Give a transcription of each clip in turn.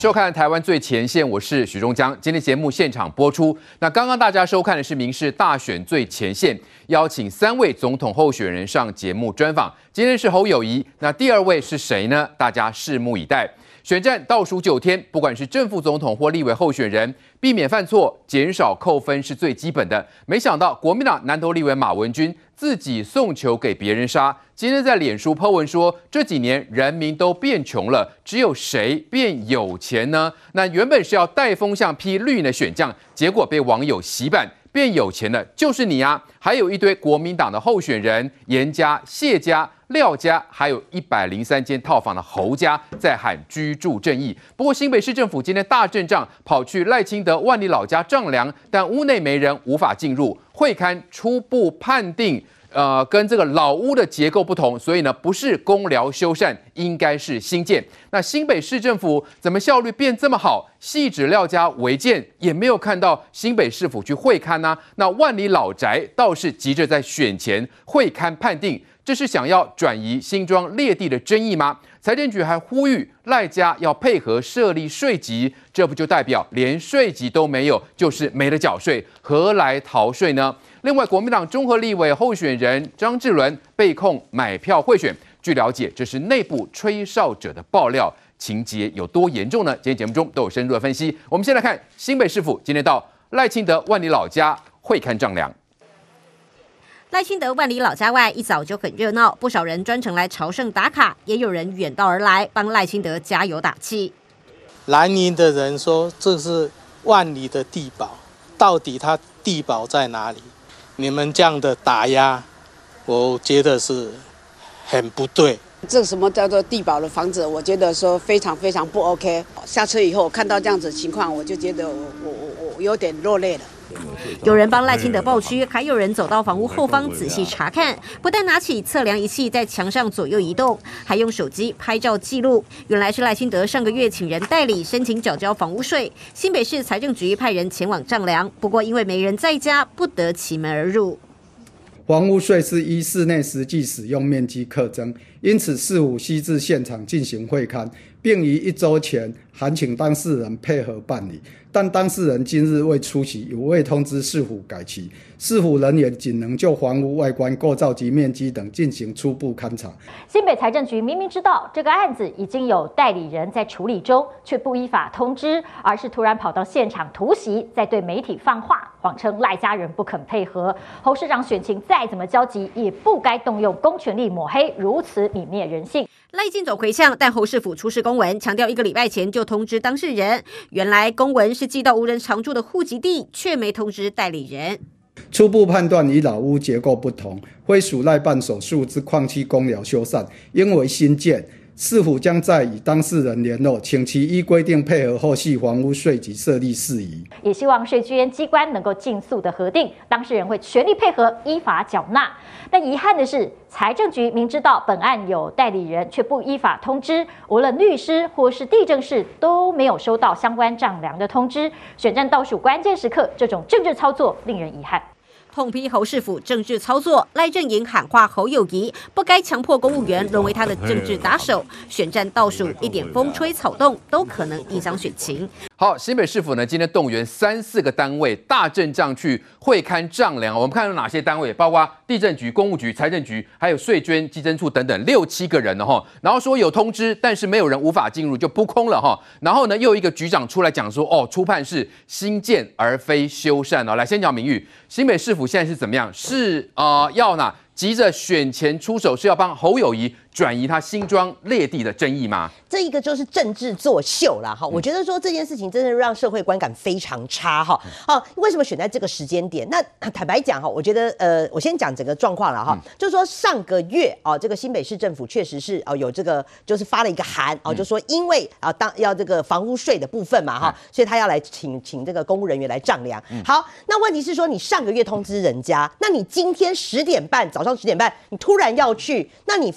收看台湾最前线，我是许忠江。今天节目现场播出。那刚刚大家收看的是民视大选最前线，邀请3位总统候选人上节目专访。今天是侯友宜，那第2位是谁呢？大家拭目以待。选战倒数9天，不管是正副总统或立委候选人，避免犯错、减少扣分是最基本的。没想到国民党南投立委马文君自己送球给别人杀。今天在脸书 po 文说，这几年人民都变穷了，只有谁变有钱呢？那原本是要带风向批绿营的选将，结果被网友洗版。变有钱的就是你啊！还有一堆国民党的候选人，严家、谢家、廖家，还有103间套房的侯家，在喊居住正义。不过新北市政府今天大阵仗，跑去赖清德万里老家丈量，但屋内没人，无法进入。会勘初步判定。跟这个老屋的结构不同，所以呢不是公寮修缮，应该是新建。那新北市政府怎么效率变这么好？汐止廖家违建也没有看到新北市府去会勘呢？那万里老宅倒是急着在选前会勘判定，这是想要转移新庄劣地的争议吗？财政局还呼吁赖家要配合设立税籍，这不就代表连税籍都没有，就是没得缴税，何来逃税呢？另外，国民党综合立委候选人张志伦被控买票贿选，据了解，这是内部吹哨者的爆料，情节有多严重呢？今天节目中都有深入的分析。我们先来看新北市府今天到赖清德万里老家会勘丈量。 赖清德万里老家外一早就很热闹，不少人专程来朝圣打卡，也有人远道而来帮赖清德加油打气。 蓝营的人说这是万里的地堡，到底他地堡在哪里？你们这样的打压，我觉得是很不对。 这什么叫做地堡的房子？我觉得说非常非常不 OK。下车以后看到这样子的情况，我就觉得我有点落泪了。 有人帮赖清德报区，还有人走到房屋后方仔细查看，不但拿起测量仪器在墙上左右移动，还用手机拍照记录。原来是赖清德上个月请人代理申请缴交房屋税，新北市财政局派人前往丈量，不过因为没人在家，不得其门而入。 房屋税是依室内实际使用面积课征，因此市府悉至现场进行会勘，并于1周前函请当事人配合办理，但当事人今日未出席，有未通知市府改期。市府人员仅能就房屋外观、构造及面积等进行初步勘查。 新北财政局明明知道这个案子已经有代理人在处理中，却不依法通知，而是突然跑到现场突袭，再对媒体放话，谎称赖家人不肯配合。侯市长选情再怎么焦急，也不该动用公权力抹黑，如此泯灭人性。 赖进走回向，但侯市府出示公文，强调1个礼拜前就通知当事人。原来公文是寄到无人常住的户籍地，却没通知代理人。 初步判断与老屋结构不同，非属赖办手术之矿区公寮修缮，应为新建。市府将再与当事人联络，请其依规定配合后续房屋税及设立事宜。 也希望税捐机关能够尽速的核定，当事人会全力配合，依法缴纳。但遗憾的是，财政局明知道本案有代理人，却不依法通知，无论律师或是地政士都没有收到相关丈量的通知。选战倒数关键时刻，这种政治操作令人遗憾。 痛批侯市府政治操作，赖阵营喊话侯友宜不该强迫公务员沦为他的政治打手。选战倒数，一点风吹草动都可能影响选情。 好，新北市府呢今天动员3、4个单位大阵仗去会勘丈量。我们看到哪些单位？包括地政局、公务局、财政局，还有税捐稽征处等等6、7个人了哈。然后说有通知，但是没有人无法进入，就扑空了哈。然后呢，又有一个局长出来讲说，初判是新建而非修缮哦。来，先讲名誉，新北市府现在是怎么样？是要呢急着选前出手，是要帮侯友宜转移他新庄劣地的争议吗？ 这一个就是政治作秀啦，哈！我觉得说这件事情真的让社会观感非常差，哈。好，为什么选在这个时间点？那坦白讲哈，我觉得我先讲整个状况了哈，就是说上个月这个新北市政府确实是有这个就是发了一个函就说因为要这个房屋税的部分嘛哈，所以他要来请这个公务人员来丈量。好，那问题是说你上个月通知人家，那你今天10点半早上10点半，你突然要去，那你发函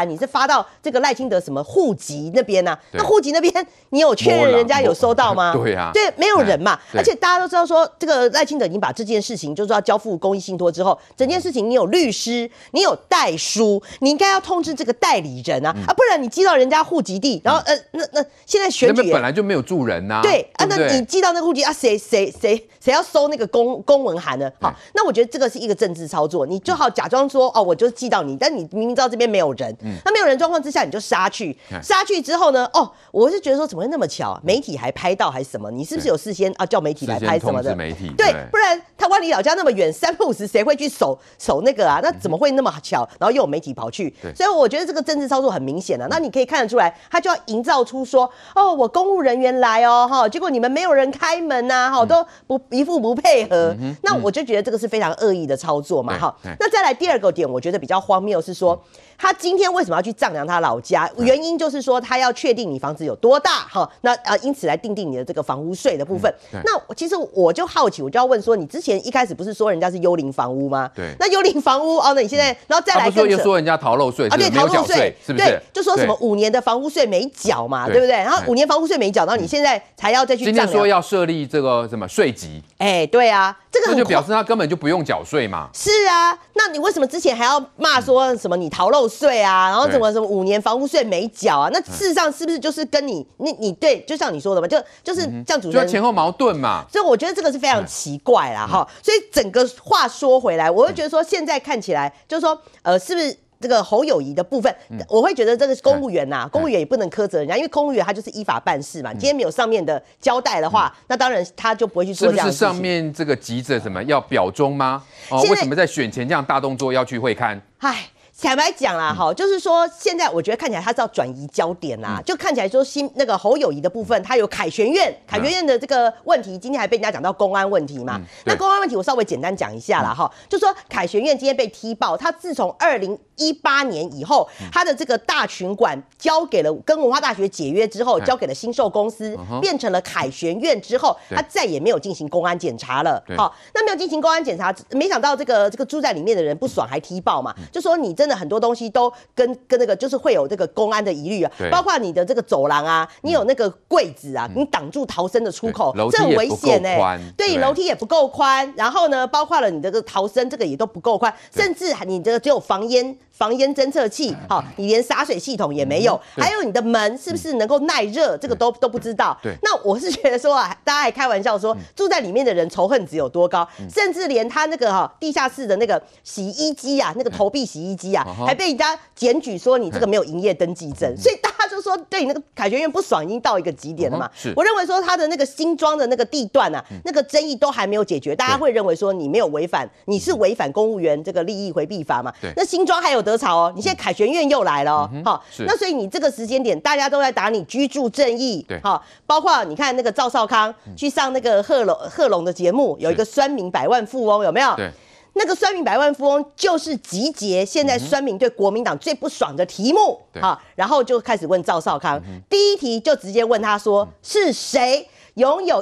你是发到这个赖清德什么户籍那边啊？那户籍那边你有确认人家有收到吗？ 对啊， 对，没有人嘛。而且大家都知道说，这个赖清德已经把这件事情就是要交付公益信托之后，整件事情你有律师，你有代书，你应该要通知这个代理人啊，不然你寄到人家户籍地，然后那现在选举那边本来就没有住人呐， 对啊，那你寄到那个户籍啊，谁要收那个公文函呢？好，那我觉得这个是一个政治操作，你就好假装说哦，我就寄到你，但你明明知道这边没有人，那没有人状况之下你就杀去之后呢，哦，我是觉得说怎么会那么巧啊？媒体还拍到还是什么？你是不是有事先叫媒体来拍什么的？ 媒体对，不然他万里老家那么远，350谁会去守那个啊？那怎么会那么巧？然后又有媒体跑去，所以我觉得这个政治操作很明显啊。那你可以看得出来，他就要营造出说哦，我公务人员来哦，哈，结果你们没有人开门呐，哈，都一副不配合。那我就觉得这个是非常恶意的操作嘛，哈。那再来第二个点，我觉得比较荒谬是说，他今天为什么要去丈量他老家？原因就是说他要确定你房子有多大，哈，那因此来定你的这个房屋税的部分。那其实我就好奇，我就要问说，你之前一开始不是说人家是幽灵房屋吗？ 对。 那幽灵房屋哦，那你现在然后再来又说人家逃漏税， 对，逃漏税是不是？ 对，就说什么5年的房屋税没缴嘛，对不对？然后5年房屋税没缴，然后你现在才要再去丈量。 今天说要设立这个什么税级？ 哎，对啊，这个那就表示他根本就不用缴税嘛。 是啊，那你为什么之前还要骂说什么你逃漏税啊？然后什么5年房屋税没缴啊？那事实上是不是就是跟你对，就像你说的嘛，就是这样主持人就前后矛盾嘛。 所以我觉得这个是非常奇怪啦，哈。所以整个话说回来，我会觉得说现在看起来就是说是不是？这个侯友宜的部分，我会觉得这个公务员呐，公务员也不能苛责人家，因为公务员他就是依法办事嘛。今天没有上面的交代的话，那当然他就不会去做这样的事情。 是不是上面这个急着什么要表忠吗？哦，为什么在选前这样大动作要去会勘？ 唉。坦白讲啦，哈，就是说现在我觉得看起来他是要转移焦点啦，就看起来说那个侯友宜的部分，他有凯旋院的这个问题，今天还被人家讲到公安问题嘛。那公安问题我稍微简单讲一下啦，哈，就说凯旋院今天被踢爆，他自从2018年以后，他的这个大群馆交给了跟文化大学解约之后，交给了新售公司，变成了凯旋院之后，他再也没有进行公安检查了。好，那没有进行公安检查，没想到这个住在里面的人不爽，还踢爆嘛，就说你真的很多东西都跟那个就是会有这个公安的疑虑啊，包括你的这个走廊啊，你有那个柜子啊，你挡住逃生的出口，这很危险哎。对，楼梯也不够宽，然后呢，包括了你这个逃生这个也都不够宽，甚至你这个只有防烟侦测器，好，你连洒水系统也没有，还有你的门是不是能够耐热，这个都不知道。那我是觉得说啊，大家还开玩笑说，住在里面的人仇恨值有多高，甚至连他那个地下室的那个洗衣机啊，那个投币洗衣机啊，还被人家检举说你这个没有营业登记证，所以大家就说对你那个凯旋院不爽已经到一个极点了嘛。我认为说他的那个新庄的那个地段啊，那个争议都还没有解决，大家会认为说你没有违反，你是违反公务员这个利益回避法嘛？那新庄还有得吵哦，你现在凯旋院又来了哦，好，那所以你这个时间点大家都在打你居住正义，好，包括你看那个赵少康去上那个贺龙的节目，有一个酸民百万富翁有没有？对。那个酸民百万富翁就是集结现在酸民对国民党最不爽的题目，好，然后就开始问赵少康，第一题就直接问他说是谁拥有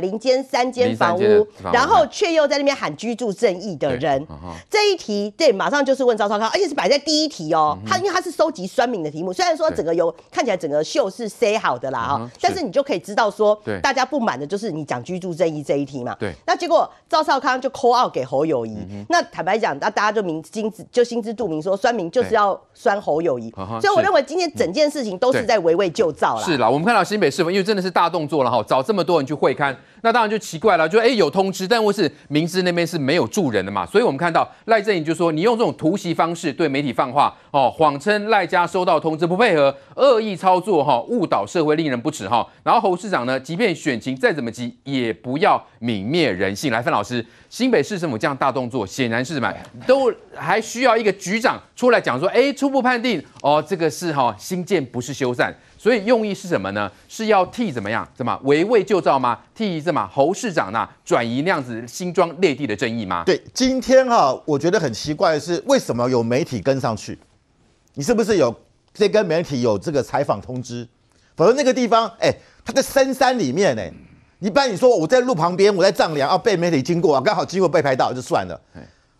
103间房屋，然后却又在那边喊居住正义的人，这一题对，马上就是问赵少康，而且是摆在第一题哦。因为他是收集酸民的题目，虽然说整个看起来整个秀是 say 好的啦哈，但是你就可以知道说，大家不满的就是你讲居住正义这一题嘛。对，那结果赵少康就 call out 给侯友宜，那坦白讲，那大家就心知肚明，说酸民就是要酸侯友宜，所以我认为今天整件事情都是在围魏救赵啦。 是啦，我们看到新北市府，因为真的是大动作了哈，找这么多人去会勘，那当然就奇怪了，就有通知，但是民治那边是没有住人的嘛，所以我们看到赖正营就说，你用这种突袭方式对媒体放话哦，谎称赖家收到通知不配合，恶意操作哈，误导社会，令人不齿哈。然后侯市长呢，即便选情再怎么急，也不要泯灭人性。来，范老师，新北市政府这样大动作，显然是什么，都还需要一个局长出来讲说，初步判定哦，这个是新建不是修缮。所以用意是什么呢？是要替怎么围魏救赵吗？替侯市长转移那样子新庄劣地的争议吗？ 对，今天我觉得很奇怪的是，为什么有媒体跟上去？你是不是有这跟媒体有这个采访通知？否则那个地方，它在深山里面一般你说我在路旁边，我在丈量被媒体经过刚好经过被拍到就算了。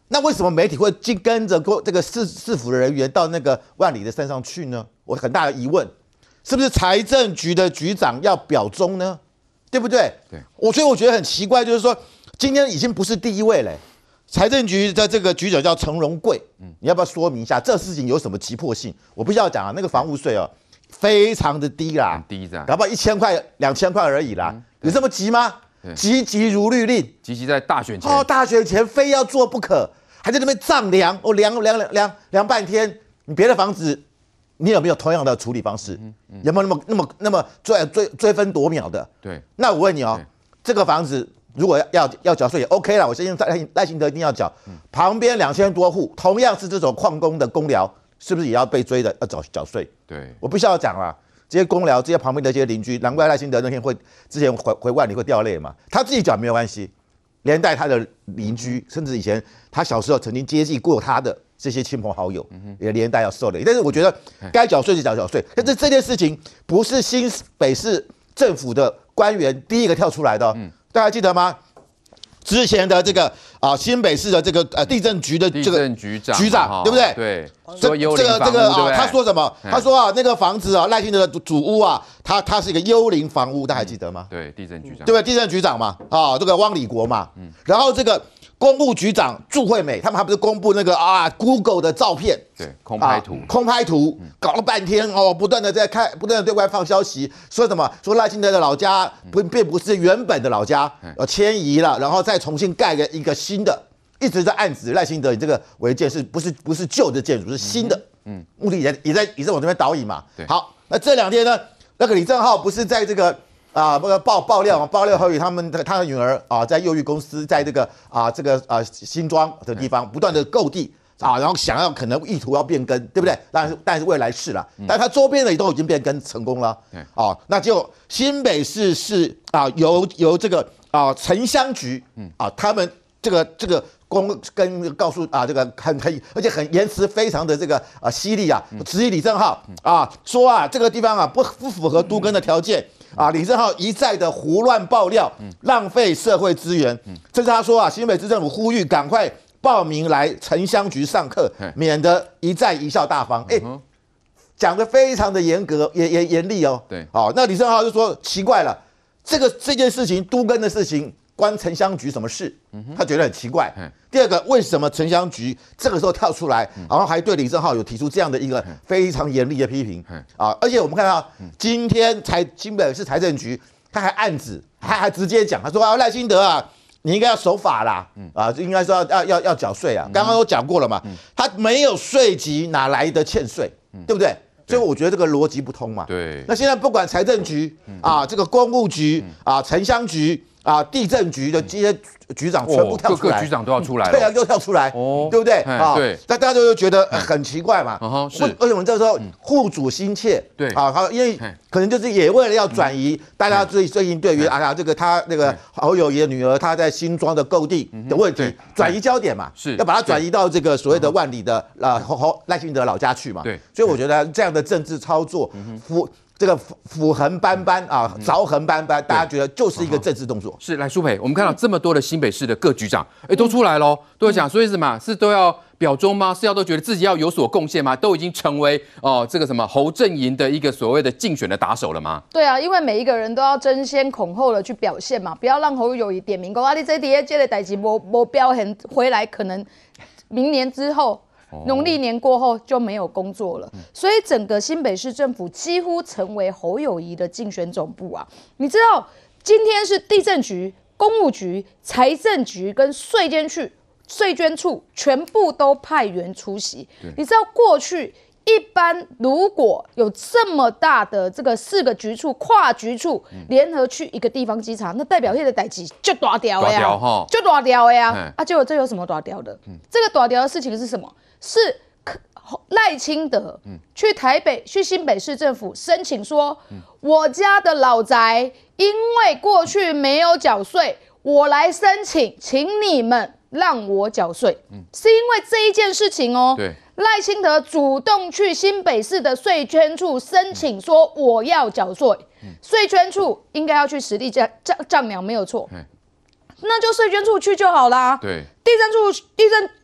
那为什么媒体会跟着这个市府的人员到那个万里的山上去呢？我很大的疑问，是不是财政局的局长要表忠呢？对不对？ 对， 所以我觉得很奇怪，就是说今天已经不是第一位了。财政局的这个局长叫陈荣贵，你要不要说明一下这事情有什么急迫性？我必须要讲啊，那个房屋税哦，非常的低啦， 很低的， 搞不好1000块、2000块而已啦，有这么急吗？急如律令， 急在大选前哦，大选前非要做不可，还在那边丈量哦，量半天。你别的房子，你有没有同样的处理方式？有没有那么追分夺秒的？ 对， 那我问你哦，这个房子。如果要缴税也 OK 啦，我相信赖清德一定要缴。旁边2000多户，同样是这种矿工的公寮，是不是也要被追的要缴税？ 对， 我必须要讲啦，这些公寮、这些旁边的这些邻居，难怪赖清德那天之前回万里会掉泪嘛。他自己缴没有关系，连带他的邻居，甚至以前他小时候曾经接济过他的这些亲朋好友，也连带要受累。但是我觉得该缴税就缴税，但是这件事情不是新北市政府的官员第一个跳出来的哦。大家记得吗？之前的这个新北市的这个地震局的这个局长，对不对？ 对， 这个他说什么？他说那个房子赖清德的主屋它是一个幽灵房屋，大家还记得吗？ 对，地震局长， 对不对？地震局长嘛，这个汪礼国嘛，然后这个公务局长祝惠美，他们还不是公布那个Google 的照片？ 对，空拍图，搞了半天不断的对外放消息，说什么？说赖清德的老家并不是原本的老家，迁移了，然后再重新盖了一个新的，一直在暗指赖清德你这个违建不是旧的建筑，是新的，目的也在往这边导引嘛。好，那这2天呢，那个李正皓不是在这个爆料侯友宜他的女儿在幼育公司，在这个新庄的地方不断的购地然后想要可能意图要变更，对不对？但是未来是了，但是他周边的也都已经变更成功了。那就新北市是由这个城乡局他们这个告诉这个而且很言辞非常的这个犀利质疑李正皓说这个地方不符合都更的条件李正皓一再的胡乱爆料，浪费社会资源，甚至他说新北市政府呼吁赶快报名来城乡局上课，免得一再贻笑大方。讲得非常的严格，也严厉哦。 对， 那李正皓就说奇怪了，这件事情都更的事情关城乡局什么事？他觉得很奇怪。第二个，为什么城乡局这个时候跳出来，然后还对李正皓有提出这样的一个非常严厉的批评而且我们看到今天新北市财政局他还暗指，还直接讲，他说赖清德你应该要守法啦，应该说要缴税刚刚都讲过了嘛，他没有税籍哪来的欠税，对不对？所以我觉得这个逻辑不通嘛。 对。 那现在不管财政局这个公务局城乡局地震局的这些局长全部跳出来， 各个局长都要出来了。 对又跳出来，对不对？ 对。 那大家就觉得很奇怪嘛。 是。 为什么这时候护主心切？ 对。 因为可能就是也为了要转移大家最近对于这个他那个侯友宜的女儿她在新庄的购地的问题，转移焦点嘛， 是要把它转移到这个所谓的万里的赖清德老家去嘛。 对。 所以我觉得这样的政治操作，斧痕斑斑凿痕斑斑，大家觉得就是一个政治动作。 是，来舒培，我们看到这么多的新北市的各局长，都出来喽，都会讲，所以什么是都要表忠吗？是要都觉得自己要有所贡献吗？都已经成为这个什么侯阵营的一个所谓的竞选的打手了吗？ 对啊，因为每一个人都要争先恐后的去表现嘛，不要让侯友宜点名说你这底下这个代志没表现回来，可能明年之后。农历年过后就没有工作了，所以整个新北市政府几乎成为侯友宜的竞选总部你知道，今天是地政局、公务局、财政局跟税捐处全部都派员出席。你知道过去一般如果有这么大的这个4个局处跨局处联合去一个地方稽查，那代表那个代志就大条的就大条的结果这有什么大条的？这个大条的事情是什么？是赖清德去新北市政府申请说，我家的老宅因为过去没有缴税，我来申请，请你们让我缴税，是因为这一件事情对，赖清德主动去新北市的税捐处申请说我要缴税，税捐处应该要去实地丈量没有错，那就税捐处去就好啦。 对，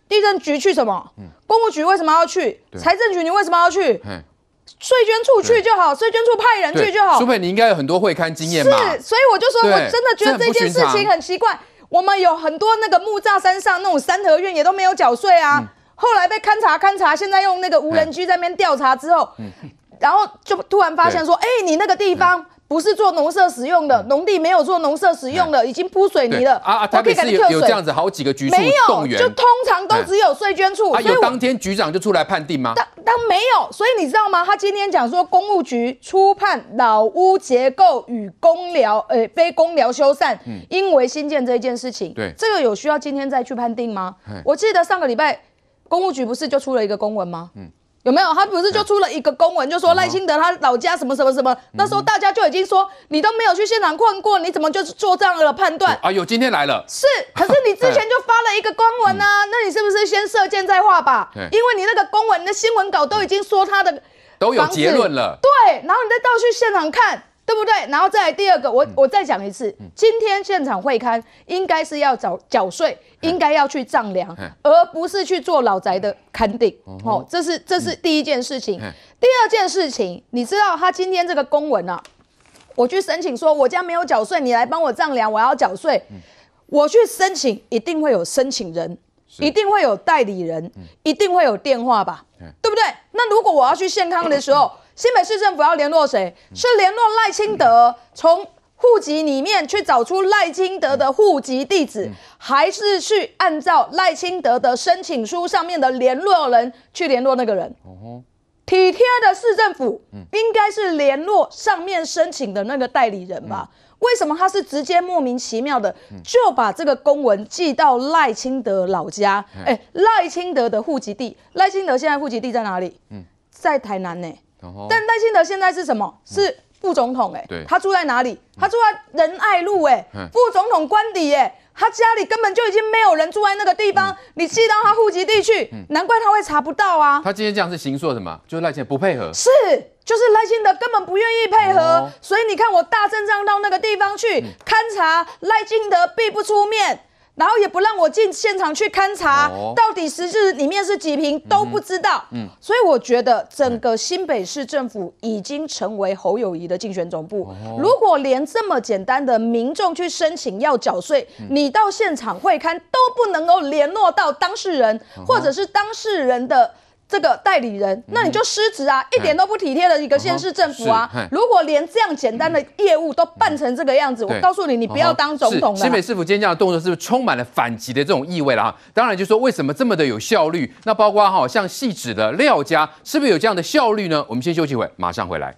地震局去什么？公务局为什么要去？财政局你为什么要去？税捐处去就好，税捐处派人去就好。 苏培，你应该有很多会勘经验吧？ 是，所以我就说，我真的觉得这件事情很奇怪。我们有很多那个木栅山上那种三合院也都没有缴税啊，后来被勘察，现在用那个无人机在那边调查之后，然后就突然发现说，你那个地方不是做农舍使用的，农地没有做农舍使用的，已经铺水泥了。 台北市有这样子好几个局处动员， 没有，就通常都只有税捐处。 有当天局长就出来判定吗？ 当没有，所以你知道吗？他今天讲说，公务局初判老屋结构与非公寮修缮，应为新建这一件事情。 对， 这个有需要今天再去判定吗？我记得上个礼拜公务局不是就出了一个公文吗？有没有？他不是就出了一个公文，就说赖清德他老家什么什么什么，那时候大家就已经说你都没有去现场看过，你怎么就做这样的判断？ 今天来了。 是，可是你之前就发了一个公文啊，那你是不是先射箭再画吧？因为你那个公文的新闻稿都已经说他的都有结论了， 对，然后你再到去现场看。对不对？然后再来第二个，我再讲一次，今天现场会勘应该是要缴税，应该要去丈量，而不是去做老宅的勘定。这是第一件事情。第二件事情，你知道他今天这个公文啊，我去申请说我家没有缴税，你来帮我丈量，我要缴税。我去申请，一定会有申请人，一定会有代理人，一定会有电话吧，对不对？那如果我要去健康的时候，新北市政府要联络谁？是联络赖清德，从户籍里面去找出赖清德的户籍地址，还是去按照赖清德的申请书上面的联络人去联络那个人？体贴的市政府应该是联络上面申请的那个代理人吧？为什么他是直接莫名其妙的就把这个公文寄到赖清德老家？赖清德的户籍地，赖清德现在户籍地在哪里？在台南呢。但赖清德现在是什么？是副总统他住在哪里？他住在仁爱路副总统官邸他家里根本就已经没有人住在那个地方，你寄到他户籍地去，难怪他会查不到啊。 他今天这样是行说什么？就是赖清德不配合， 就是赖清德根本不愿意配合，所以你看我大阵仗到那个地方去勘察，赖清德必不出面。然后也不让我进现场去勘察，到底实质里面是几坪都不知道。所以我觉得整个新北市政府已经成为侯友宜的竞选总部。如果连这么简单的民众去申请要缴税，你到现场会勘都不能够联络到当事人，或者是当事人的这个代理人，那你就失职啊，一点都不体贴的一个县市政府啊！如果连这样简单的业务都办成这个样子，我告诉你，你不要当总统了。 新北市府今天这样的动作是不是充满了反击的这种意味了哈？当然，就说为什么这么的有效率？那包括像细致的廖家，是不是有这样的效率呢？我们先休息会，马上回来。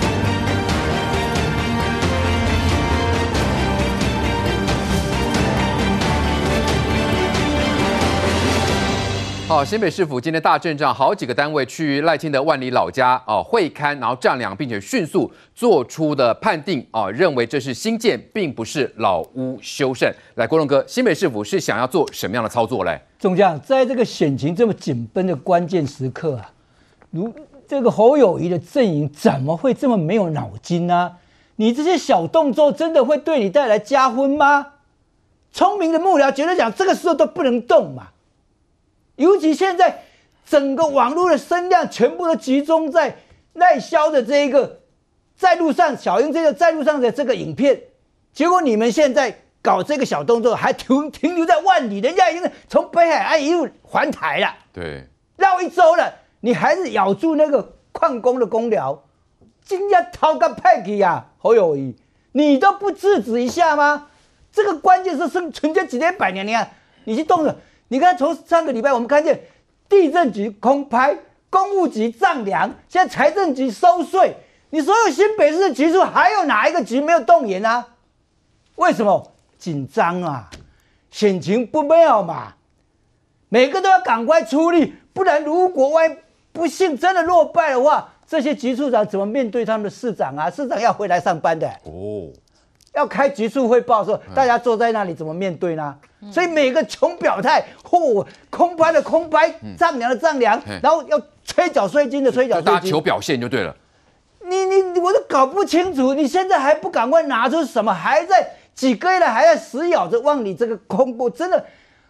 新北市府今天大阵仗，好几个单位去赖清德万里老家会勘，然后丈量，并且迅速做出的判定认为这是新建，并不是老屋修缮。来，国荣哥，新北市府是想要做什么样的操作嘞？ 中将，在这个选情这么紧绷的关键时刻啊，这个侯友宜的阵营怎么会这么没有脑筋呢？你这些小动作真的会对你带来加分吗？聪明的幕僚绝对讲，这个时候都不能动嘛。尤其现在整个网络的声量全部都集中在赖萧的这一个在路上，小英这个在路上的这个影片，结果你们现在搞这个小动作，还停留在万里，人家已经从北海岸一路环台了， 对， 绕一周了，你还是咬住那个矿工的公寮，今天掏个派去啊，侯友宜，你都不制止一下吗？这个关键是存在几年百年，你去动了。你看，从上个礼拜我们看见地震局空拍，公务局丈量，现在财政局收税，你所有新北市的局处还有哪一个局没有动员啊？为什么？紧张啊，选情不妙嘛，每个都要赶快出力，不然如果万一不幸真的落败的话，这些局处长怎么面对他们的市长啊？市长要回来上班的要开局处汇报的时候，大家坐在那里怎么面对呢？所以每个穷表态，空拍的空拍，丈量的丈量，然后要催缴税金的催缴税金， 大家求表现就对了。 我都搞不清楚，你现在还不赶快拿出什么？还在几个月了，还在死咬着往你这个公布，真的，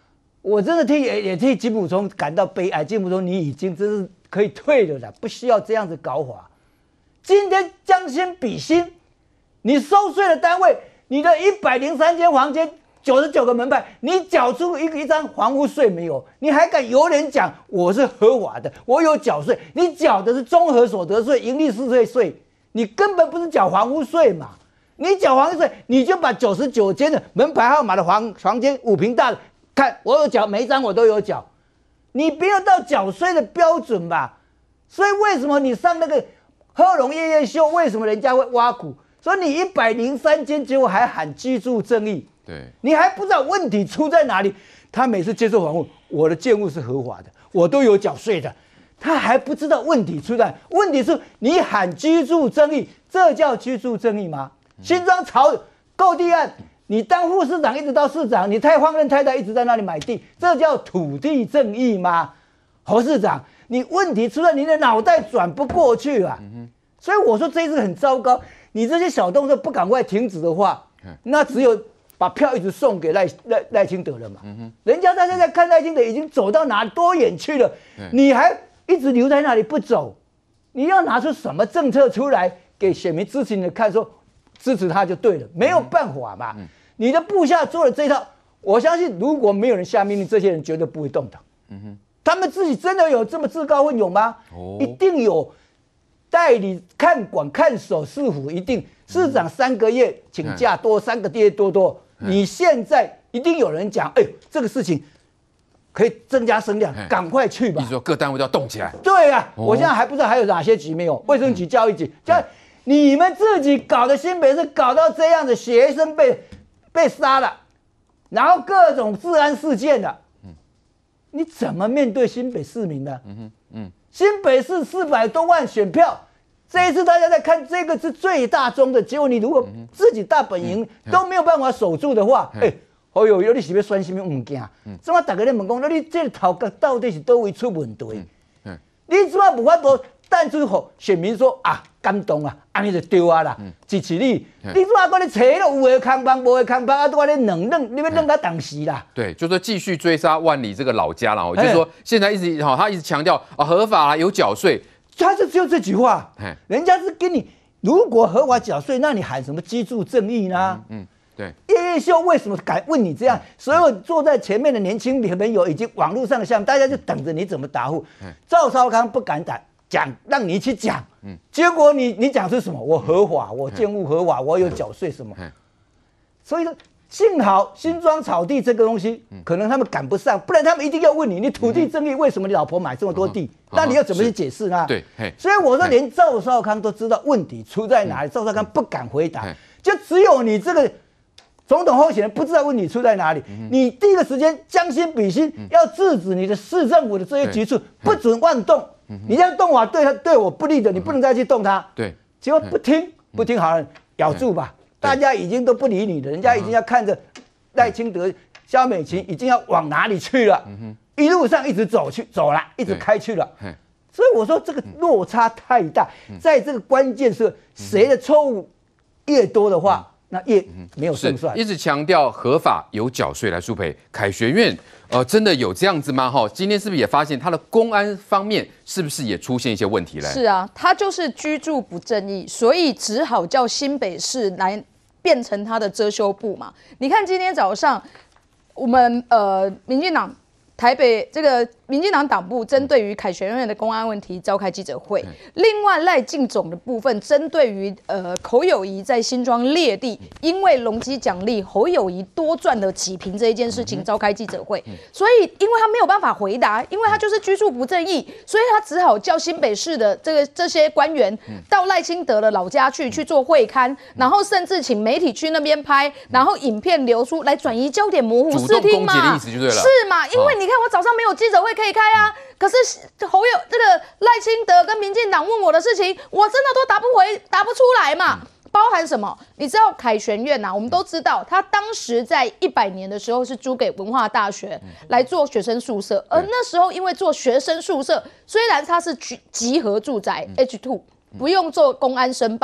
我真的也替金溥聪感到悲哀。金溥聪，你已经真是可以退了啦，不需要这样子搞法。今天将心比心，你收税的单位，你的103间房间，99个门牌，你缴出一张房屋税没有？你还敢有脸讲我是合法的，我有缴税？你缴的是综合所得税、营利事业税，你根本不是缴房屋税嘛？你缴房屋税，你就把99间的门牌号码的房间5坪大的，看我有缴，每一张我都有缴，你不要到缴税的标准吧？所以为什么你上那个贺龙夜夜秀，为什么人家会挖苦？说你103间，结果还喊居住正义， 对， 你还不知道问题出在哪里。他每次接受访问，我的建物是合法的，我都有缴税的，他还不知道问题出在。问题是你喊居住正义，这叫居住正义吗？新庄炒购地案，你当副市长一直到市长，你太放任太太一直在那里买地，这叫土地正义吗？侯市长，你问题出在你的脑袋转不过去啊！所以我说这一次很糟糕，你这些小动作不赶快停止的话，那只有把票一直送给赖清德了嘛。人家大家在看赖清德已经走到哪多远去了，你还一直留在那里不走，你要拿出什么政策出来给选民支持你的看，说支持他就对了，没有办法嘛。你的部下做了这一套，我相信如果没有人下命令，这些人绝对不会动党。他们自己真的有这么自告奋勇吗？一定有代理看管看守市府，一定市长3个月请假多，3个月多。你现在一定有人讲，这个事情可以增加声量，赶快去吧。 你说各单位都要动起来。 对啊，我现在还不知道还有哪些局没有，卫生局、教育局，你们自己搞的新北市搞到这样的，学生被杀了，然后各种治安事件了，你怎么面对新北市民呢？新北市400多万选票，这一次大家在看这个是最大宗的，结果你如果自己大本营都没有办法守住的话，哦哟，你是要选什么物件？怎么大家在问讲，你这个头壳到底是哪位出问题？你怎么无法度带出给选民说啊？感动啊，安尼就对啊啦，支持你。你怎么讲？你找了有的空帮，无的空帮，都在那冷，你要冷到当时啦。 对，就说继续追杀万里这个老家了，就是说现在他一直强调合法啦，有缴税， 他就只有这句话。人家是跟你，如果合法缴税，那你喊什么居住正义呢？ 对。 叶叶秀为什么敢问你这样？所有坐在前面的年轻朋友，以及网络上的项目，大家就等着你怎么答复。赵少康不敢讲，让你去讲。结果你讲是什么？我合法，我建物合法，我有缴税什么？所以说，幸好新庄草地这个东西，可能他们赶不上，不然他们一定要问你，你土地正义为什么你老婆买这么多地？那你要怎么去解释呢？ 对， 所以我说连赵少康都知道问题出在哪里，赵少康不敢回答，就只有你这个总统候选人不知道问题出在哪里。你第一个时间将心比心，要制止你的市政府的这些局处，不准妄动。你这样动法对我不利的，你不能再去动它。 对， 结果不听好了，咬住吧。大家已经都不理你了，人家已经要看着赖清德、萧美琴已经要往哪里去了，一路上一直走了，一直开去了。所以我说这个落差太大，在这个关键时候，谁的错误越多的话，那越没有胜算。 一直强调合法有缴税来输赔，凯学院真的有这样子吗？今天是不是也发现他的公安方面是不是也出现一些问题嘞？ 是啊，他就是居住不正义，所以只好叫新北市来变成他的遮羞布嘛。你看今天早上我们民进党台北这个民进党党部针对于凯旋院的公安问题召开记者会，另外赖进总的部分针对于侯友宜在新庄劣地，因为容积奖励侯友宜多赚了几坪这一件事情召开记者会，所以因为他没有办法回答，因为他就是居住不正义，所以他只好叫新北市的这些官员到赖清德的老家去做会勘，然后甚至请媒体去那边拍，然后影片流出来转移焦点，模糊视听嘛， 主动攻击的意思就对了， 是嘛？因为你看我早上没有记者会可以开啊，可是这个赖清德跟民进党问我的事情，我真的都答不出来嘛。包含什么？你知道凯旋院啊，我们都知道，他当时在100年的时候是租给文化大学来做学生宿舍，而那时候因为做学生宿舍，虽然它是集合住宅 H2，不用做公安申报。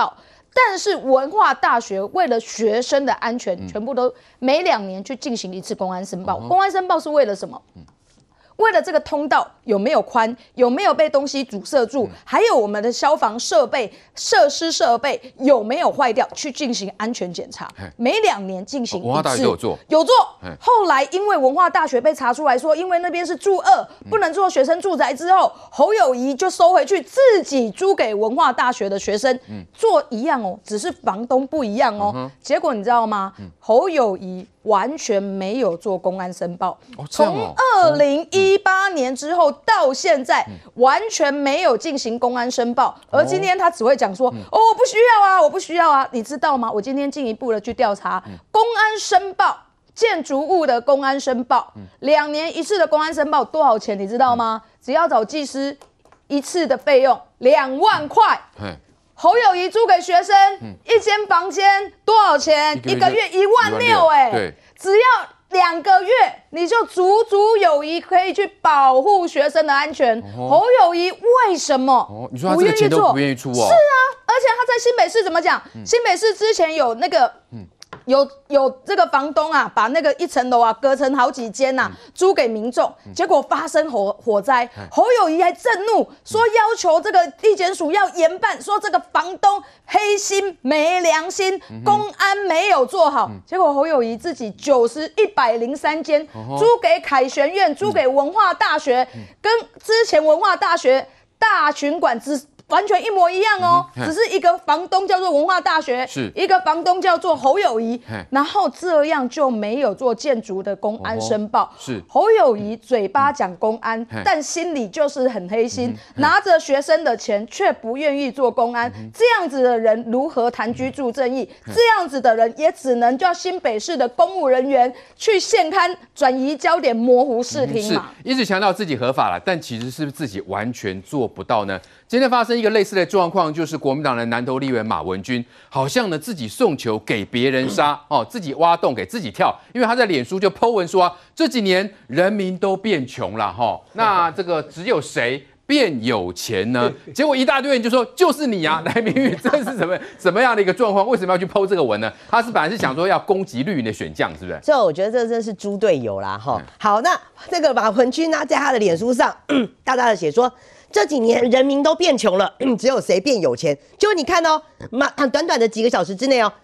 但是文化大学为了学生的安全，全部都每2年去进行一次公安申报。公安申报是为了什么？为了这个通道有没有宽，有没有被东西阻塞住，还有我们的消防设备、设施设备有没有坏掉，去进行安全检查。每2年进行一次。 文化大学有做， 后来因为文化大学被查出来说，因为那边是住2，不能做学生住宅之后，侯友宜就收回去，自己租给文化大学的学生，做一样哦，只是房东不一样哦。结果你知道吗？侯友宜完全没有做公安申报，从2018年之后到现在完全没有进行公安申报，而今天他只会讲说，我不需要啊，我不需要啊，你知道吗？我今天进一步的去调查公安申报。建筑物的公安申报，2年1次的公安申报多少钱？你知道吗？只要找技师1次的费用2万块。侯友宜租给学生1间房间多少钱？1个月16000哎，只要2个月，你就足有余可以去保护学生的安全。侯友宜为什么你说他这个钱都不愿意出哦？是啊，而且他在新北市怎么讲？新北市之前有那个。有这个房东啊，把那个1层楼啊隔成好几间呐，租给民众，结果发生火灾，侯友宜还震怒，说要求这个地检署要严办，说这个房东黑心没良心，公安没有做好，结果侯友宜自己103间租给凯旋院，租给文化大学，跟之前文化大学大群馆完全一模一样哦，只是一个房东叫做文化大学，一个房东叫做侯友宜，然后这样就没有做建筑的公安申报。侯友宜嘴巴讲公安，但心里就是很黑心，拿着学生的钱却不愿意做公安，这样子的人如何谈居住正义？这样子的人也只能叫新北市的公务人员去现勘，转移焦点，模糊视听嘛。 一直强调自己合法了，但其实是不是自己完全做不到呢？今天发生一个类似的状况，就是国民党的南投立委马文君，好像呢自己送球给别人杀哦，自己挖洞给自己跳，因为他在脸书就 po 文说这几年人民都变穷了哈，那这个只有谁变有钱呢？结果一大堆人就说就是你啊，来明玉，这是什么样的一个状况？为什么要去 po 这个文呢？他是本来是想说要攻击绿营的选将，是不是？ 所以我觉得这真是猪队友啦哈。好，那这个马文君呢，在他的脸书上大大的写说。这几年人民都变穷了，只有谁变有钱？结果你看哦，短短的几个小时之内哦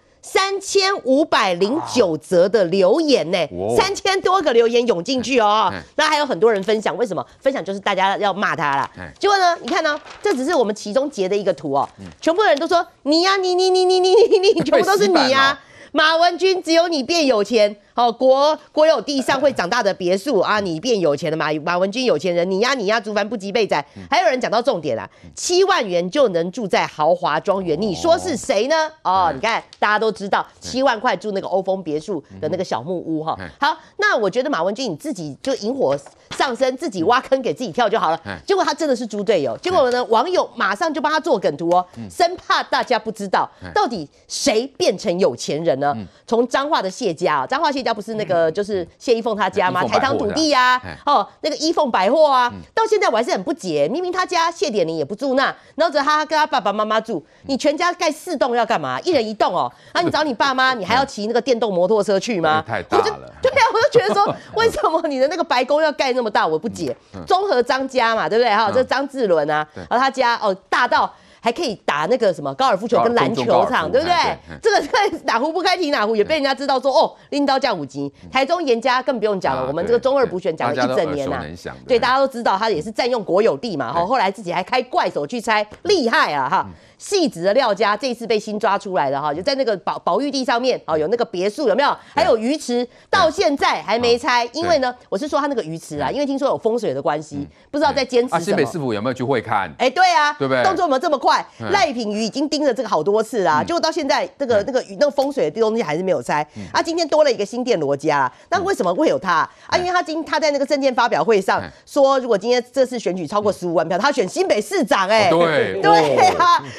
，3509则的留言呢，3000多个留言涌进去哦。那还有很多人分享，为什么？分享就是大家要骂他啦。结果呢，你看呢，这只是我们其中截的一个图哦，全部人都说你呀，你，全部都是你呀。马文君只有你变有钱，国有地上会长大的别墅啊，你变有钱了嘛？马文君有钱人，你呀，竹凡不及被宰。还有人讲到重点啦，7万元就能住在豪华庄园，你说是谁呢？你看大家都知道，7万块住那个欧风别墅的那个小木屋哈。好，那我觉得马文君你自己就引火上身，自己挖坑给自己跳就好了。结果他真的是猪队友，结果呢，网友马上就帮他做梗图哦，生怕大家不知道到底谁变成有钱人呢？从彰化的谢家，彰化谢家不是那个就是谢依凤他家吗？台糖土地啊，那个依凤百货啊，到现在我还是很不解，明明他家谢点玲也不住那，然后只他跟他爸爸妈妈住，你全家盖4栋要干嘛？一人1栋哦，那你找你爸妈，你还要骑那个电动摩托车去吗？ 太大了。 对啊，我就觉得说，为什么你的那个白宫要盖那么大？我不解。综合张家嘛，对不对？这张志伦啊，然后他家大到。还可以打那个什么高尔夫球跟篮球场，对不对？这个哪壶不开提哪壶，也被人家知道说拎刀架5级。台中严家更不用讲了，我们这个中2补选讲了1整年呐，对，大家都知道他也是占用国有地嘛，后来自己还开怪手去拆，厉害啊哈！细致的廖家这一次被新抓出来的哈，就在那个保育地上面有那个别墅有没有？还有鱼池，到现在还没拆，因为呢，我是说他那个鱼池啊，因为听说有风水的关系，不知道在坚持什么。 新北市府有没有去会看？ 对啊， 对不对？ 动作有没有这么快？赖品妤已经盯着这个好多次啦，结果到现在那个风水的东西还是没有拆。今天多了一个新店罗家，那为什么会有他因为他在那个政见发表会上说，如果今天这次选举超过15万票，他选新北市长对啊。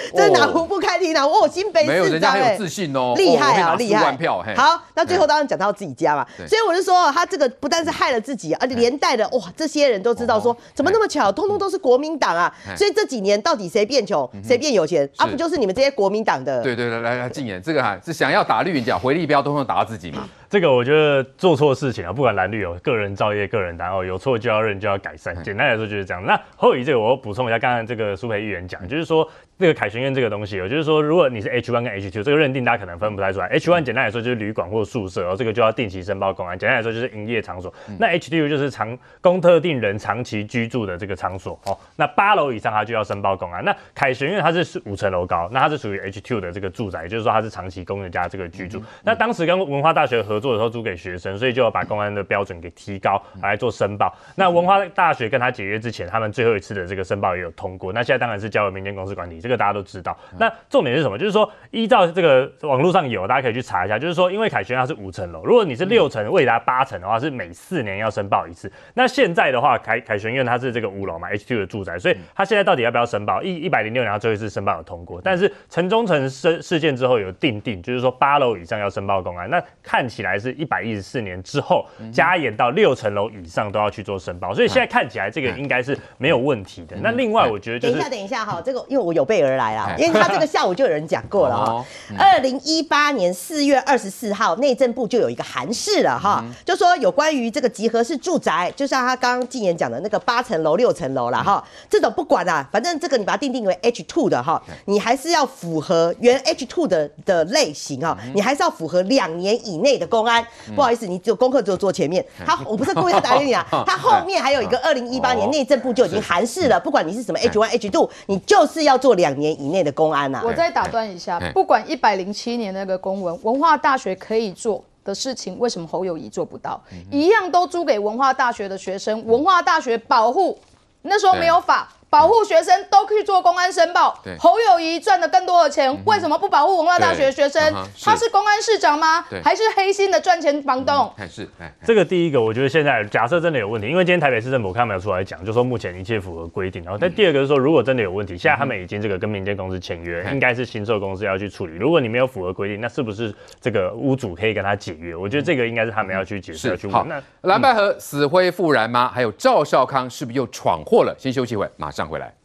这哪壶不开提哪壶，新北市长没有，人家很有自信哦， 厉害啊， 厉害，票。 好，那最后当然讲到自己家嘛，所以我就说他这个不但是害了自己，而且连带的哇，这些人都知道说怎么那么巧，通通都是国民党啊，所以这几年到底谁变穷，谁变有钱啊？不就是你们这些国民党的？ 对，来禁言，这个是想要打绿营讲回力镖，通通打到自己嘛。 这个我觉得做错事情啊，不管蓝绿有个人造业、个人担有错就要认，就要改善。简单来说就是这样。那后以这个我补充一下，刚刚这个苏培议员讲，就是说这个凯旋院这个东西，就是说如果你是 H1 跟 H2，这个认定大家可能分不太出来。H1 简单来说就是旅馆或宿舍，这个就要定期申报公安。简单来说就是营业场所。那 H2 就是供特定人长期居住的这个场所哦。那8楼以上它就要申报公安。那凯旋院它是5层楼高，那它是属于 H2 的这个住宅，也就是说它是长期供人家这个居住。那当时跟文化大学合作的时候租给学生，所以就要把公安的标准给提高来做申报。那文化大学跟他解约之前，他们最后一次的这个申报也有通过。那现在当然是交由民间公司管理，这个大家都知道。那重点是什么？就是说依照这个网络上有，大家可以去查一下。就是说，因为凯旋它是5层楼，如果你是6层未达8层的话，是每4年要申报一次。那现在的话，凯旋院它是这个5楼嘛 ，H2 的住宅，所以它现在到底要不要申报？106年它最后一次申报有通过，但是城中城事件之后有定，就是说8楼以上要申报公安。那看起来是114年之后加严到6层楼以上都要去做申报，所以现在看起来这个应该是没有问题的。那另外我觉得就是等一下哈，这个因为我有备而来啦，因为他这个下午就有人讲过了哈。2018年4月24号，内政部就有一个函释了哈，就说有关于这个集合式住宅，就像他刚刚禁言讲的那个8层楼、6层楼啦哈，这种不管啦，反正这个你把它定为 H2 的哈，你还是要符合原 H2 的类型哈，你还是要符合2年以内的公安。不好意思，你只有功课只有做前面，我不是故意要打给你啊，他后面还有一个2018年内政部就已经函释了，不管你是什么 H1、H2，你就是要做2年以内的公安啊。 我再打断一下，不管107年那个公文，文化大学可以做的事情，为什么侯友宜做不到？一样都租给文化大学的学生，文化大学保护，那时候没有法。保护学生都去做公安申报，侯友宜赚了更多的钱，为什么不保护文化大学的学生？他是公安市长吗？还是黑心的赚钱房东？ 是， 这个第一个，我觉得现在假设真的有问题，因为今天台北市政府看没有出来讲，就说目前一切符合规定。然后，但第二个是说，如果真的有问题，现在他们已经这个跟民间公司签约，应该是新售公司要去处理。如果你没有符合规定，那是不是这个屋主可以跟他解约？我觉得这个应该是他们要去解释、要去问。 那蓝白合死灰复燃吗？还有赵少康是不是又闯祸了？先休息一会，马上回来。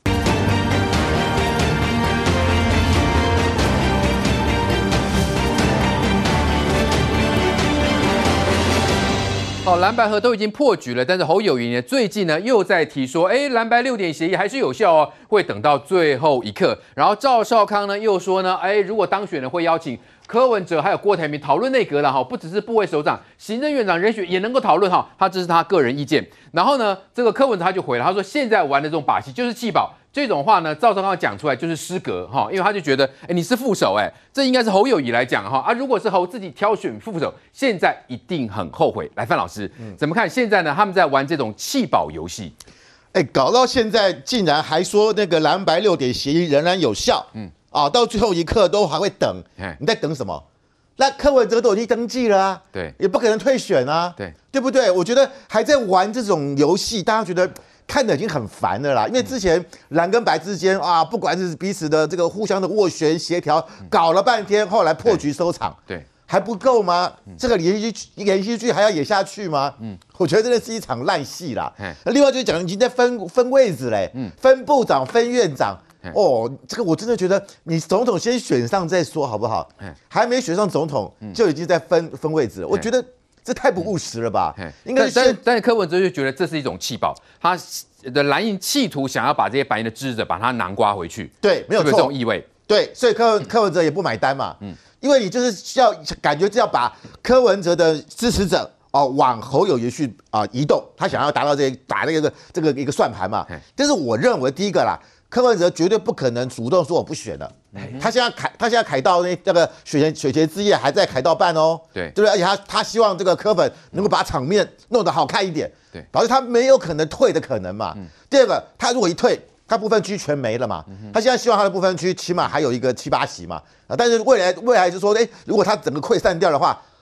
好，蓝白合都已经破局了，但是侯友宜呢，最近呢又在提说，蓝白6点协议还是有效哦，会等到最后一刻。然后赵少康呢又说呢，如果当选了会邀请柯文哲还有郭台铭讨论内阁的哈，不只是部会首长、行政院长人选也能够讨论哈，这是他个人意见。然后呢，这个柯文哲他就回了，他说现在玩的这种把戏就是弃保。这种话呢，赵少康讲出来就是失格哈，因为他就觉得，你是副手这应该是侯友宜来讲哈如果是侯自己挑选副手，现在一定很后悔。来，范老师怎么看？现在呢，他们在玩这种弃保游戏， 搞到现在竟然还说那个蓝白6点协议仍然有效，到最后一刻都还会等，你在等什么？那柯文哲都已经登记了啊， 对， 也不可能退选啊，对不对？我觉得还在玩这种游戏，大家觉得看得已经很烦了啦。因为之前蓝跟白之间不管是彼此的这个互相的斡旋协调，搞了半天，后来破局收场， 对， 还不够吗？这个连续剧还要演下去吗？我觉得真的是一场烂戏啦。另外就是讲已经在分位置嘞，分部长、分院长。这个我真的觉得你总统先选上再说好不好？还没选上总统就已经在分位置了，我觉得这太不务实了吧？应该是但是柯文哲就觉得这是一种弃保，他的蓝营企图想要把这些白营的支持者把他囊刮回去， 对，没有错， 是不是这种意味？ 对，所以柯文哲也不买单嘛，因为你就是要感觉要把柯文哲的支持者往侯友宜去移动，他想要达到打这个一个算盘嘛。但是我认为第一个啦。柯文哲绝对不可能主动说我不选了，他现在凯道那个选前之夜还在凯道办哦，对不对？而且他希望这个柯粉能够把场面弄得好看一点，对，表示他没有可能退的可能嘛。第二个，他如果一退，他不分区全没了嘛，他现在希望他的不分区起码还有一个7、8席嘛，但是未来是说，如果他整个溃散掉的话，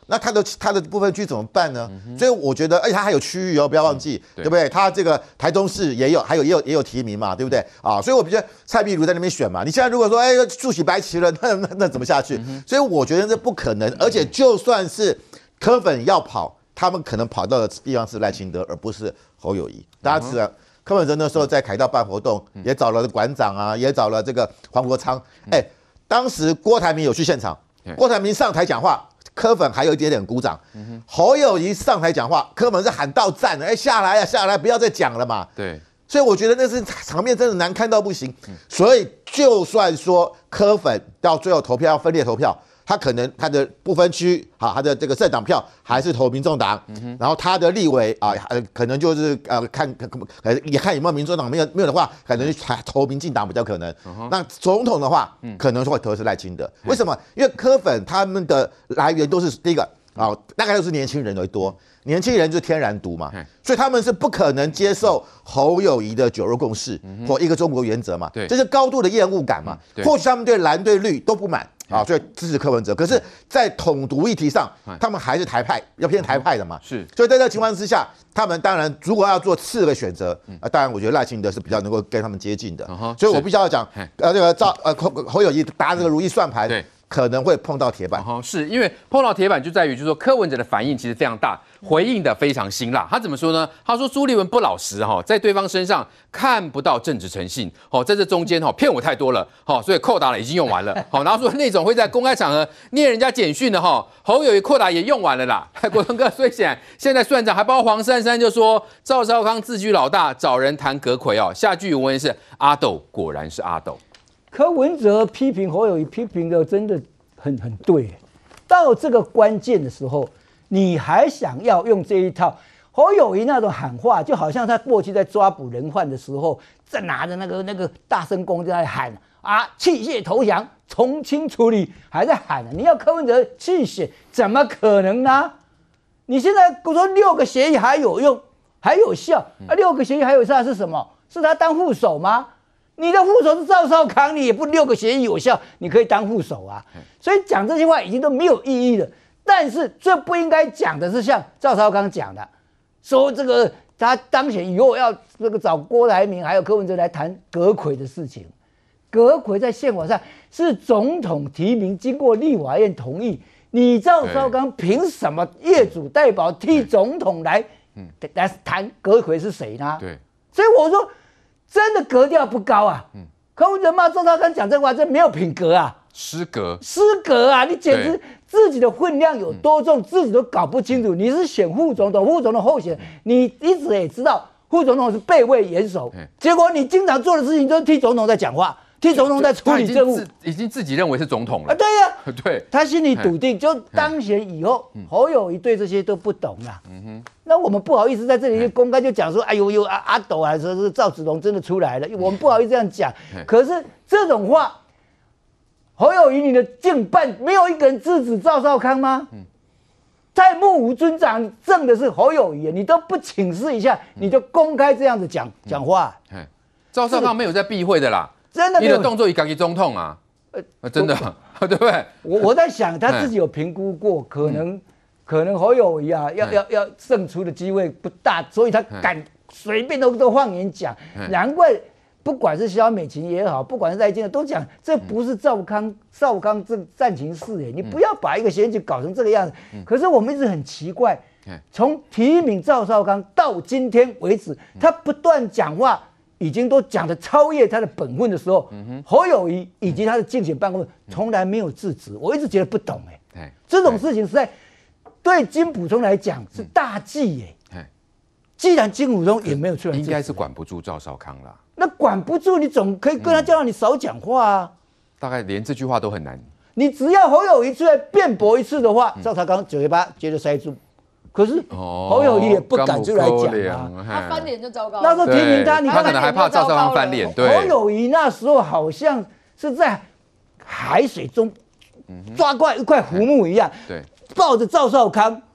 那他的部分区怎么办呢？所以我觉得，他还有区域哦，不要忘记，对不对？他这个台中市也有提名嘛，对不对啊？所以我觉得蔡壁如在那边选嘛，你现在如果说竖起白旗了，那怎么下去？所以我觉得这不可能，而且就算是柯粉要跑，他们可能跑到的地方是赖清德，而不是侯友宜。大家知道，柯文哲那时候在凯道办活动，也找了馆长啊，也找了这个黄国昌，当时郭台铭有去现场，郭台铭上台讲话。柯粉还有一点点鼓掌，侯友宜上台讲话，柯粉是喊到站了，下来呀，下来，不要再讲了嘛。 对， 所以我觉得那是场面真的难看到不行。所以就算说柯粉到最后投票要分裂投票，他可能他的不分区他的这个政党票还是投民众党，然后他的立委可能就是也看有没有民众党，没有的话，可能投民进党比较可能。那总统的话，可能会投的是赖清德。为什么？因为柯粉他们的来源都是第一个大概都是年轻人为多。年轻人就是天然独嘛，所以他们是不可能接受侯友宜的九二共识或一个中国原则嘛，这是高度的厌恶感嘛。或许他们对蓝对绿都不满所以支持柯文哲。可是，在统独议题上，他们还是台派，要偏台派的嘛。是，所以在这个情况之下，他们当然如果要做次的选择，当然我觉得赖清德是比较能够跟他们接近的。所以我必须要讲，这个侯友宜打这个如意算盘。可能会碰到铁板， 是因为碰到铁板就在于，就是说柯文哲的反应其实非常大，回应的非常辛辣。他怎么说呢？他说朱立伦不老实在对方身上看不到政治诚信，在这中间骗我太多了，所以扣打了已经用完了，然后说那种会在公开场合念人家简讯的侯友宜扣打也用完了啦，国成哥。所以现在院长还包括黄珊珊就说赵少康自居老大，找人谈阁揆下句原文是阿斗果然是阿斗。 柯文哲批评侯友宜，批评的真的很对。到这个关键的时候，你还想要用这一套？侯友宜那种喊话，就好像他过去在抓捕人犯的时候，在拿着那个大声公在喊弃械投降，从轻处理，还在喊你要柯文哲弃械，怎么可能呢？你现在我说6个协议还有用，还有效，6个协议还有效是什么？是他当副手吗？你的副手是赵少康，你也不6个协议有效，你可以当副手啊。所以讲这些话已经都没有意义了。但是这不应该讲的是像赵少康讲的，说这个他当选以后要这个找郭台铭还有柯文哲来谈阁揆的事情。阁揆在宪法上是总统提名，经过立法院同意。你赵少康凭什么业主代表替总统来谈阁揆是谁呢？对，所以我说。真的格调不高啊！柯文哲骂赵少康讲这话，真没有品格啊！ 失格啊！你简直自己的分量有多重，自己都搞不清楚。你是选副总统候选人，你一直也知道副总统是备位元首，结果你经常做的事情就是替总统在讲话，替总统在处理政务， 已经自己认为是总统了。 对呀， 对， 他心里笃定，就当选以后，侯友宜对这些都不懂啦。那我们不好意思在这里公开就讲说，哎呦呦阿斗啊，说是赵子龙真的出来了，我们不好意思这样讲。可是这种话，侯友宜你的竞办没有一个人制止赵少康吗？在目无尊长，正的是侯友宜，你都不请示一下，你就公开这样子讲话。 赵少康没有在避讳的啦， 真的， 你的动作以自己总统啊，真的，对不对？ 我在想他自己有评估过，可能侯友宜要胜出的机会不大，所以他敢随便都放言讲，难怪不管是萧美琴也好，不管是赖清德都讲，这不是少康这战情室你不要把一个选举搞成这个样子。可是我们一直很奇怪，从提名赵少康到今天为止，他不断讲话，已经都讲得超越他的本分的时候，侯友宜以及他的竞选办公室从来没有制止，我一直觉得不懂这种事情实在。对金溥聪来讲是大忌既然金溥聪也没有出来， 应该是管不住赵少康啦。 那管不住，你总可以跟他叫你少讲话啊。 大概连这句话都很难。 你只要侯友宜出来辩驳一次的话，赵少康9月8接着塞住。可是侯友宜也不敢出来讲啊， 他翻脸就糟糕。 那时候提名他，你看他可能还怕赵少康翻脸。对， 侯友宜那时候好像是在海水中抓过一块浮木一样。对。抱着赵少康，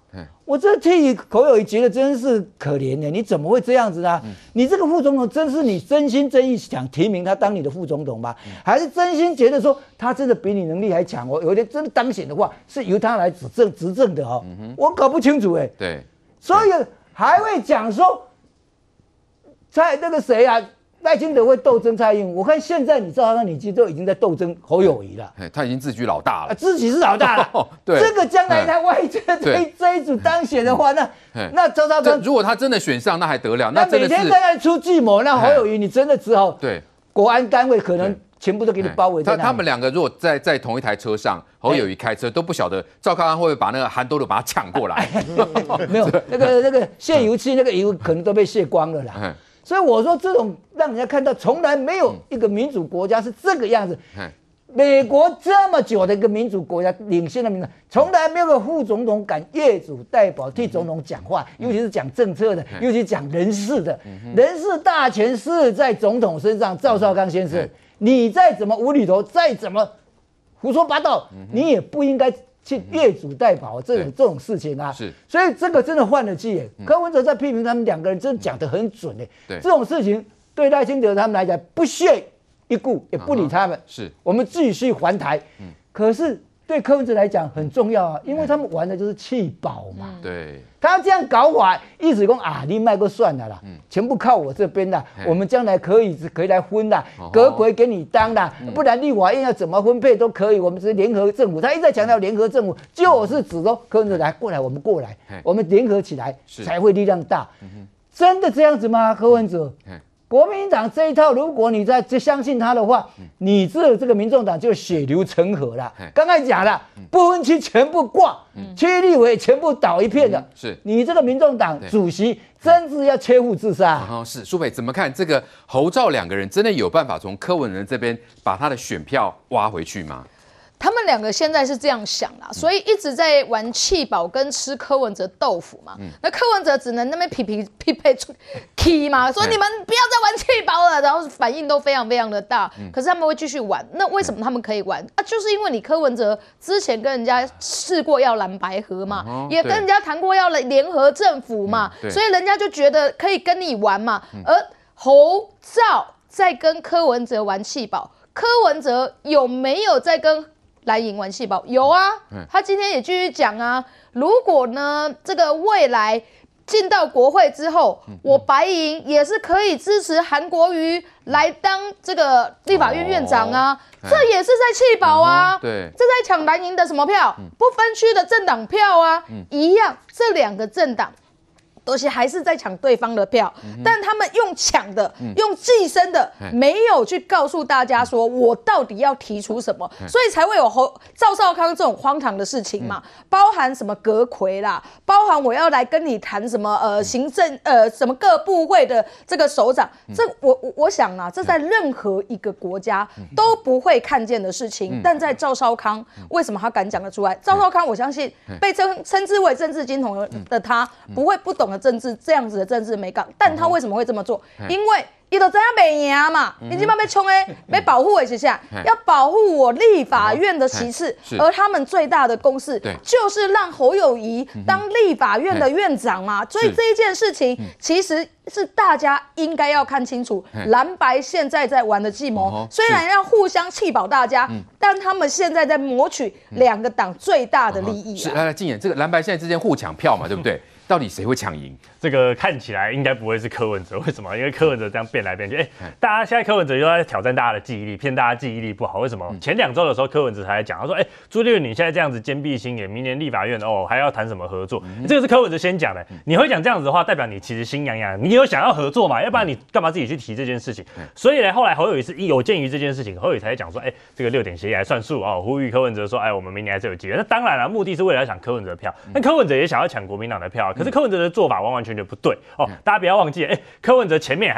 我这替侯友宜觉得真是可怜的，你怎么会这样子呢？你这个副总统真是你真心真意想提名他当你的副总统吗？还是真心觉得说他真的比你能力还强？有一天真的当选的话，是由他来执政的哦。我搞不清楚哎。 对， 所以还会讲说，在那个谁啊？赖清德会斗争蔡英文，我看现在你知道，你其实都已经在斗争侯友宜了， 他已经自居老大了， 自己是老大了。 对， 这个将来他万一这一组当选的话，那赵少康如果他真的选上，那还得了？那每天在那出计谋，那侯友宜你真的只好对国安单位可能全部都给你包围在那里。 他们两个如果在同一台车上，侯友宜开车都不晓得赵康安会不会把那个韩多鲁把他抢过来。 没有，那个卸油器那个油可能都被卸光了啦。所以我说，这种让人家看到从来没有一个民主国家是这个样子。美国这么久的一个民主国家，领先的民主，从来没有个副总统敢业主代表替总统讲话，尤其是讲政策的，尤其讲人事的。人事大权是在总统身上。赵少康先生，你再怎么无厘头，再怎么胡说八道，你也不应该去业主代表这种事情啊。是，所以这个真的换了气耶。柯文哲在批评他们两个人，真的讲得很准耶。对，这种事情对赖清德他们来讲不屑一顾，也不理他们。是，我们继续还台。可是对柯文哲来讲很重要啊，因为他们玩的就是弃保嘛。对，他这样搞法，意思说啊，你卖个算了啦，全部靠我这边啦，我们将来可以来分啦，阁揆给你当啦，不然立法院要怎么分配都可以，我们是联合政府。他一再强调联合政府，就是指说柯文哲来过来，我们过来，我们联合起来才会力量大。真的这样子吗？柯文哲？国民党这一套，如果你再相信他的话，你这个民众党就血流成河了。刚才讲了，不分区全部挂，区立委全部倒一片的。是你这个民众党主席，真是要切腹自杀。 是舒北怎么看这个侯赵两个人，真的有办法从柯文哲这边把他的选票挖回去吗？ 他们两个现在是这样想啦，所以一直在玩弃保跟吃柯文哲豆腐嘛。那柯文哲只能那边匹配出 key 嘛，说你们不要再玩弃保了，然后反应都非常非常的大。可是他们会继续玩，那为什么他们可以玩啊？就是因为你柯文哲之前跟人家试过要蓝白合嘛，也跟人家谈过要联合政府嘛，所以人家就觉得可以跟你玩嘛。而侯赵在跟柯文哲玩弃保，柯文哲有没有在跟蓝营玩细胞？有啊，他今天也继续讲啊。如果呢，这个未来进到国会之后，我白营也是可以支持韩国瑜来当这个立法院院长啊，这也是在弃保啊。对，这在抢蓝营的什么票？不分区的政党票啊，一样，这两个政党。都是还是在抢对方的票，但他们用抢的、用寄生的，没有去告诉大家说我到底要提出什么，所以才会有赵少康这种荒唐的事情嘛，包含什么阁揆啦，包含我要来跟你谈什么行政什么各部会的这个首长，这我想啊，这在任何一个国家都不会看见的事情，但在赵少康为什么他敢讲得出来？赵少康我相信被称之为政治金童的他不会不懂。政治这样子的政治美感，但他为什么会这么做？因为伊都知影袂赢嘛，你今麦被冲被保护的是啥？要保护我立法院的席次，而他们最大的公式就是让侯友宜当立法院的院长嘛。所以这一件事情其实是大家应该要看清楚，蓝白现在在玩的计谋，虽然要互相弃保大家，但他们现在在谋取两个党最大的利益。 是，来静言，这个蓝白现在之间互抢票嘛，对不对？到底谁会抢赢？ 这个看起来应该不会是柯文哲，为什么？因为柯文哲这样变来变去，大家现在柯文哲又在挑战大家的记忆力，骗大家记忆力不好。为什么？前2周的时候，柯文哲还在讲，他说：“朱立伦你现在这样子坚壁清野，明年立法院还要谈什么合作？这个是柯文哲先讲的。你会讲这样子的话，代表你其实心痒痒，你有想要合作嘛？要不然你干嘛自己去提这件事情？所以呢，后来侯友宜是有鉴于这件事情，侯友宜才讲说，这个6点协议还算数啊，呼吁柯文哲说，我们明年还是有机会。那当然了，目的是为了要抢柯文哲的票，但柯文哲也想要抢国民党的票，可是柯文哲的做法完完全全不对哦。大家不要忘记，柯文哲前面还在那边自己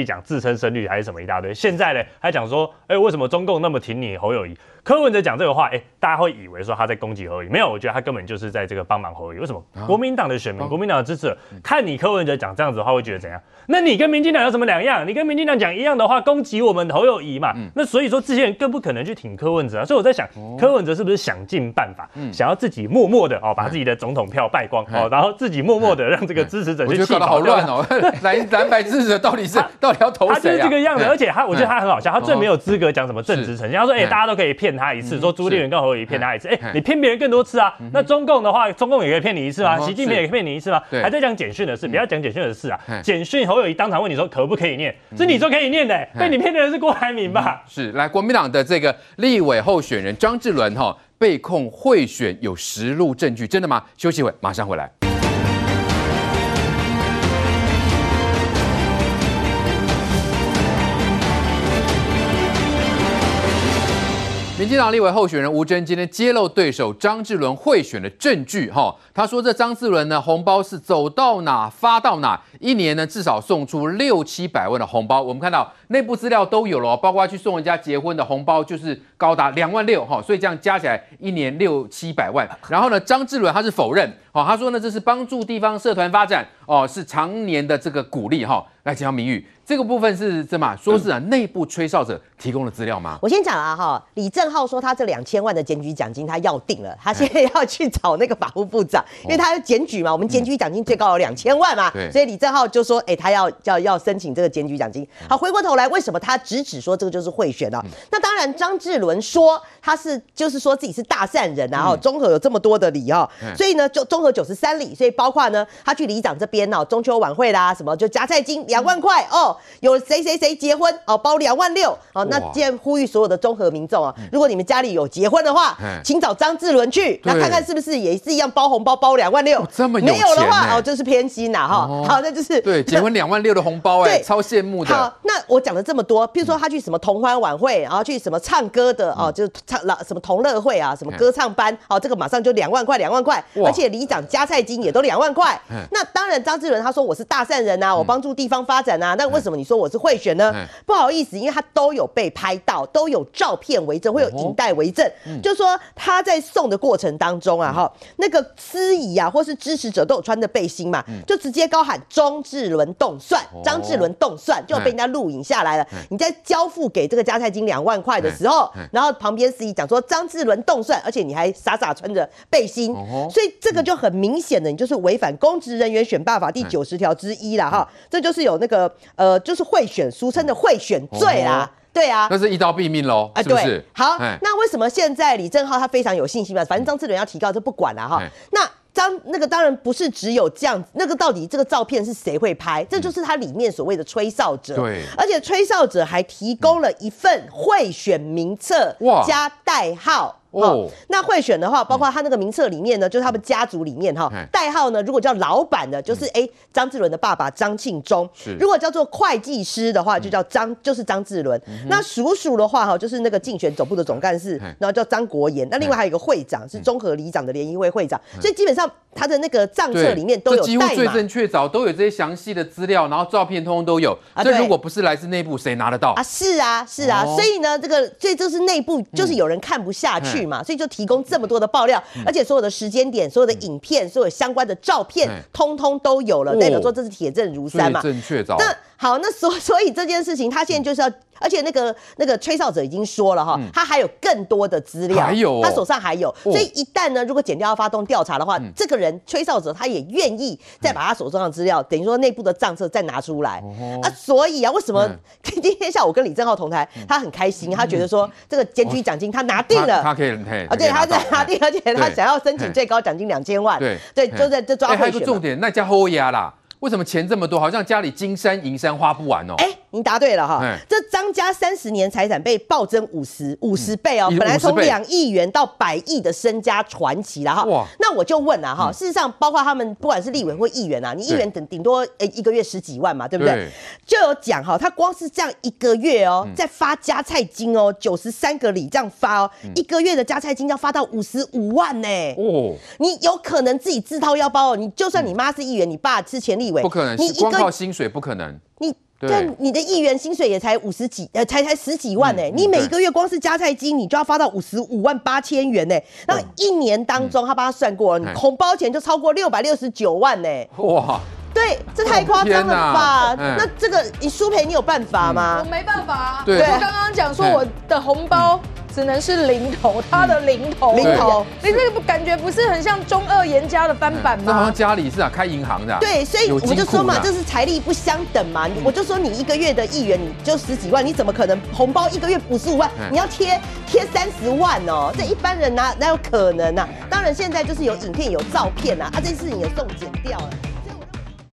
讲自称深绿还是什么一大堆，现在呢还讲说，为什么中共那么挺你侯友宜？柯文哲讲这个话，大家会以为说他在攻击侯友宜，没有，我觉得他根本就是在这个帮忙侯友宜。为什么？国民党的选民、国民党的支持者看你柯文哲讲这样子的话，会觉得怎样？那你跟民进党有什么两样？你跟民进党讲一样的话，攻击我们侯友宜嘛？那所以说这些人更不可能去挺柯文哲啊。所以我在想，柯文哲是不是想尽办法，想要自己默默的把自己的总统票败光然后自己默默的让这个支持者去气跑？ 我觉得搞得好乱哦，蓝白支持者到底要投谁啊？ 他就是这个样子，而且我觉得他很好笑，他最没有资格讲什么正直诚信。他说，大家都可以骗他一次，说朱立伦跟侯友宜骗他一次，你骗别人更多次啊。那中共的话，中共也可以骗你一次吗？习近平也可以骗你一次吗？还在讲简讯的事，不要讲简讯的事啊。简讯侯友宜当场问你说可不可以念，是你说可以念的，被你骗的人是郭台铭吧？ 是，来，国民党的这个立委候选人张志伦被控贿选有实录证据，真的吗？休息会，马上回来。民进党立委候选人吴峥今天揭露对手张志伦贿选的证据，他说这张志伦呢红包是走到哪发到哪，一年呢至少送出600-700万的红包。我们看到内部资料都有了，包括去送人家结婚的红包就是高达26000，所以这样加起来一年600-700万。然后呢，张志伦他是否认，他说呢这是帮助地方社团发展，是常年的这个鼓励，来讲明玉。这个部分是什么？说是内部吹哨者提供的资料吗？ 我先讲啊李正皓说他这2000万的检举奖金他要定了，他现在要去找那个法务部长，因为他要检举嘛，我们检举奖金最高有2000万嘛，所以李正皓就说，他要申请这个检举奖金。好，回过头来，为什么他只说这个就是贿选呢？那当然，张志伦说他就是说自己是大善人啊，中和有这么多的里所以呢，就中和93里，所以包括呢，他去里长这边中秋晚会啦，什么就夹菜金2万块有谁结婚包26000那既然呼吁所有的中和民众如果你们家里有结婚的话，请找张志伦去，那看看是不是也是一样包红包包26000 这么有钱， 没有的话就是偏心啦好，那就是对结婚26000的红包超羡慕的。 好，那我讲了这么多，比如说他去什么同欢晚会，然后去什么唱歌的就是唱什么同乐会啊，什么歌唱班这个马上就2万块，而且里长加菜金也都2万块。那当然张志伦他说我是大善人啊，我帮助地方发展啊，那为什么你说我是贿选呢？不好意思，因为他都有被拍到，都有照片为证，会有影带为证，就说他在送的过程当中那个司仪或是支持者都有穿着背心嘛，就直接高喊张志伦动算，张志伦动算，就被人家录影下来了。你在交付给这个加菜金2万块的时候，然后旁边司仪讲说张志伦动算，而且你还傻穿着背心，所以这个就很明显的，你就是违反公职人员选罢法第90条之一啦这就是有那个就是贿选，俗称的贿选罪啦。对啊， 那是一刀毙命喽，是不是？ 好，那为什么现在李正皓他非常有信心嘛？反正张志伦要提告，这不管了那那个当然不是只有这样，那个到底这个照片是谁会拍？这就是他里面所谓的吹哨者。 对， 而且吹哨者还提供了一份贿选名册加代号。那贿选的话，包括他那个名册里面呢，就是他们家族里面代号呢，如果叫老板的，就是张志伦的爸爸张庆忠；如果叫做会计师的话，就叫就是张志伦。那叔叔的话就是那个竞选总部的总干事，然后叫张国炎。那另外还有一个会长是中和里长的联谊会会长，所以基本上他的那个账册里面都有代码， 几乎最正确凿都有这些详细的资料，然后照片通通都有。这如果不是来自内部，谁拿得到啊？是啊，所以呢，所以这是内部，就是有人看不下去嘛，所以就提供这么多的爆料，而且所有的时间点、所有的影片、所有相关的照片，通通都有了，代表说这是铁证如山嘛。 正确凿。 那好，那所以这件事情，他现在就是要，而且那个吹哨者已经说了他还有更多的资料，他手上还有，所以一旦呢，如果检调要发动调查的话，这个人吹哨者他也愿意再把他手上的资料，等于说内部的账册再拿出来所以为什么今天下午跟李正皓同台，他很开心，他觉得说这个检举奖金他拿定了， 他可以对，他拿定，而且他想要申请最高奖金2000万，对，就在这抓贿选。 还有个重点，那家后押啦。为什么钱这么多？好像家里金山银山花不完哦。 你答对了这张家30年财产被暴增50倍本来从2亿元到100亿的身家传奇了那我就问了事实上包括他们不管是立委或议员你议员顶多一个月10几万嘛，对不对？就有讲他光是这样一个月在发加菜金93个里这样发一个月的加菜金要发到55万呢你有可能自己自掏腰包你就算你妈是议员，你爸是前立委， 不可能，光靠薪水不可能。 对，你的议员薪水也才50几，才10几万呢。你每一个月光是加菜金，你就要发到55万8千元呢。然后一年当中，他帮他算过，你红包钱就超过669万呢。哇！对，这太夸张了吧？那这个你舒培，你有办法吗？ 我没办法啊。 对， 我刚刚讲说我的红包只能是零头，他的零头， 你这个感觉不是很像中二严家的翻版吗？ 这好像家里是开银行的。 对，所以我就说嘛，这是财力不相等嘛。我就说你一个月的议员你就10几万，你怎么可能红包一个月55万？你要贴30万哦，这一般人哪有可能啊？当然现在就是有影片有照片啊，这件事情也送检掉了。